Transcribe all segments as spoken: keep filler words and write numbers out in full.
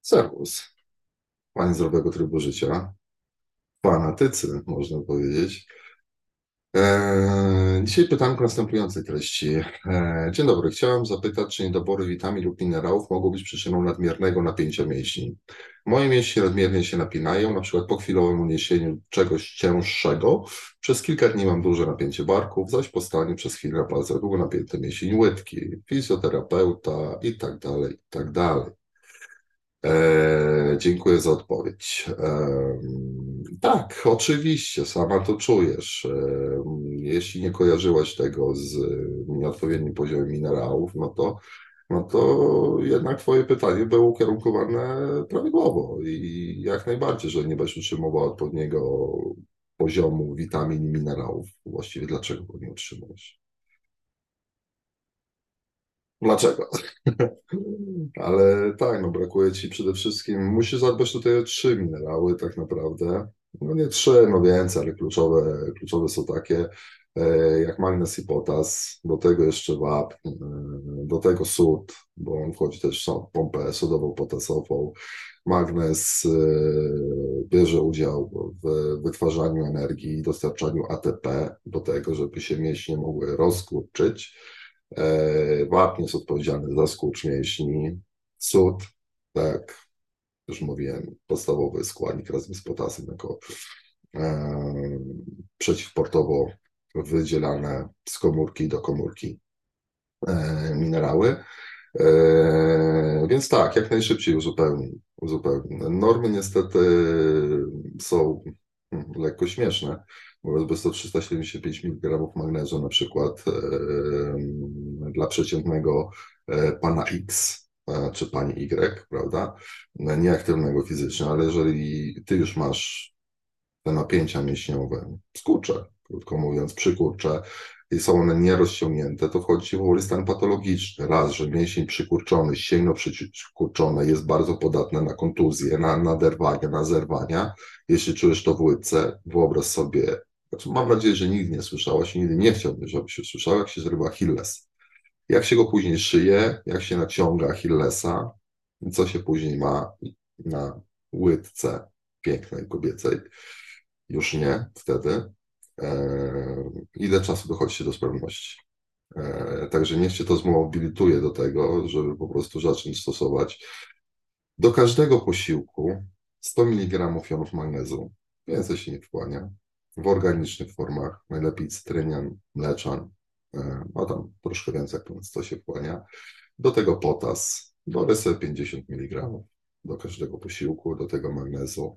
Serwus, fani zdrowego trybu życia, fanatycy, można powiedzieć. Eee, dzisiaj pytanko następującej treści. Eee, dzień dobry, chciałem zapytać, czy niedobory witamin lub minerałów mogą być przyczyną nadmiernego napięcia mięśni. Moje mięśnie nadmiernie się napinają, na przykład po chwilowym uniesieniu czegoś cięższego. Przez kilka dni mam duże napięcie barków, zaś po stanie przez chwilę na palcach długo napięte mięsień łydki, fizjoterapeuta i tak dalej, i tak dalej. E, dziękuję za odpowiedź. E, tak, oczywiście, sama to czujesz. E, jeśli nie kojarzyłaś tego z nieodpowiednim poziomem minerałów, no to, no to jednak twoje pytanie było ukierunkowane prawidłowo i jak najbardziej, że nie będziesz utrzymywała odpowiedniego poziomu witamin i minerałów. Właściwie dlaczego go nie utrzymujesz? Dlaczego? Ale tak, no brakuje ci przede wszystkim, musisz zadbać tutaj o trzy minerały tak naprawdę. No nie trzy, no więcej, ale kluczowe, kluczowe są takie e, jak magnez i potas, do tego jeszcze wapń, e, do tego sód, bo on wchodzi też w są- pompę sodową, potasową. Magnez e, bierze udział w wytwarzaniu energii i dostarczaniu A T P do tego, żeby się mięśnie mogły rozkurczyć. E, Wapń jest odpowiedzialny za skurcz mięśni. Sód, tak, już mówiłem, podstawowy składnik razem z potasem jako e, przeciwportowo wydzielane z komórki do komórki e, minerały. E, więc tak, jak najszybciej uzupełnij. uzupełnij. Normy niestety są hmm, lekko śmieszne. Mówiąc bez to trzysta siedemdziesiąt pięć miligramów magnezu na przykład e, dla przeciętnego e, pana X e, czy pani Y, prawda? Nieaktywnego fizycznie, ale jeżeli ty już masz te napięcia mięśniowe, skurcze, krótko mówiąc, przykurcze, i są one nierozciągnięte, to wchodzi ci powoli stan patologiczny. Raz, że mięsień przykurczony, ścięgno przykurczone jest bardzo podatne na kontuzje, na naderwania, na zerwania. Jeśli czujesz to w łydce, wyobraź sobie, znaczy mam nadzieję, że nigdy nie słyszałaś i nigdy nie chciałbym, żebyś się słyszał, jak się zrywa Achilles. Jak się go później szyje, jak się naciąga Achillesa, i co się później ma na łydce pięknej, kobiecej. Już nie wtedy. E, ile czasu dochodzi się do sprawności? E, także niech cię to zmobilituje do tego, żeby po prostu zacząć stosować do każdego posiłku sto miligramów jonów magnezu. Więcej się nie wchłania. W organicznych formach, najlepiej cytrynian, mleczan, e, a tam troszkę więcej, więc to się wchłania. Do tego potas, do sobie pięćdziesiąt miligramów do każdego posiłku, do tego magnezu.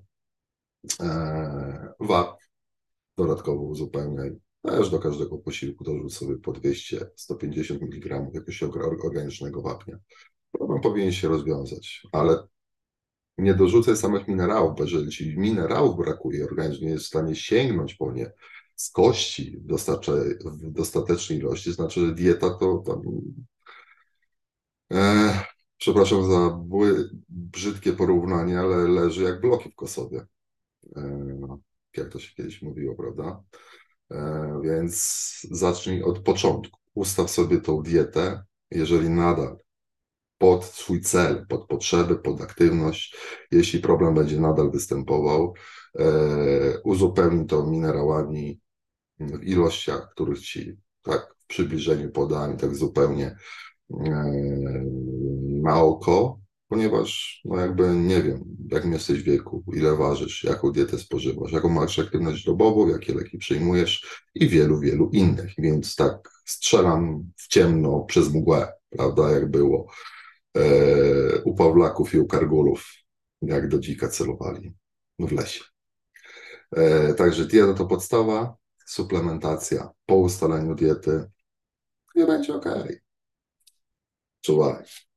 E, wapń dodatkowo uzupełniaj. Też do każdego posiłku dorzuć sobie po dwieście do stu pięćdziesięciu miligramów jakiegoś organicznego wapnia. Problem powinien się rozwiązać, ale nie dorzucaj samych minerałów, bo jeżeli ci minerałów brakuje, organizm nie jest w stanie sięgnąć po nie z kości w, dostarcze, w dostatecznej ilości, znaczy, że dieta to tam, e, przepraszam za bły, brzydkie porównanie, ale leży jak bloki w Kosowie. E, jak to się kiedyś mówiło, prawda? E, więc zacznij od początku. Ustaw sobie tą dietę, jeżeli nadal pod swój cel, pod potrzeby, pod aktywność. Jeśli problem będzie nadal występował, e, uzupełnij to minerałami w ilościach, których ci tak w przybliżeniu podałem, tak zupełnie e, na oko, ponieważ no jakby nie wiem, w jakim jesteś wieku, ile ważysz, jaką dietę spożywasz, jaką masz aktywność dobową, jakie leki przyjmujesz i wielu, wielu innych. Więc tak strzelam w ciemno przez mgłę, prawda, jak było e, u Pawlaków i u Kargulów, jak do dzika celowali w lesie. E, także dieta to podstawa, suplementacja po ustaleniu diety i będzie ok. Czuwaj.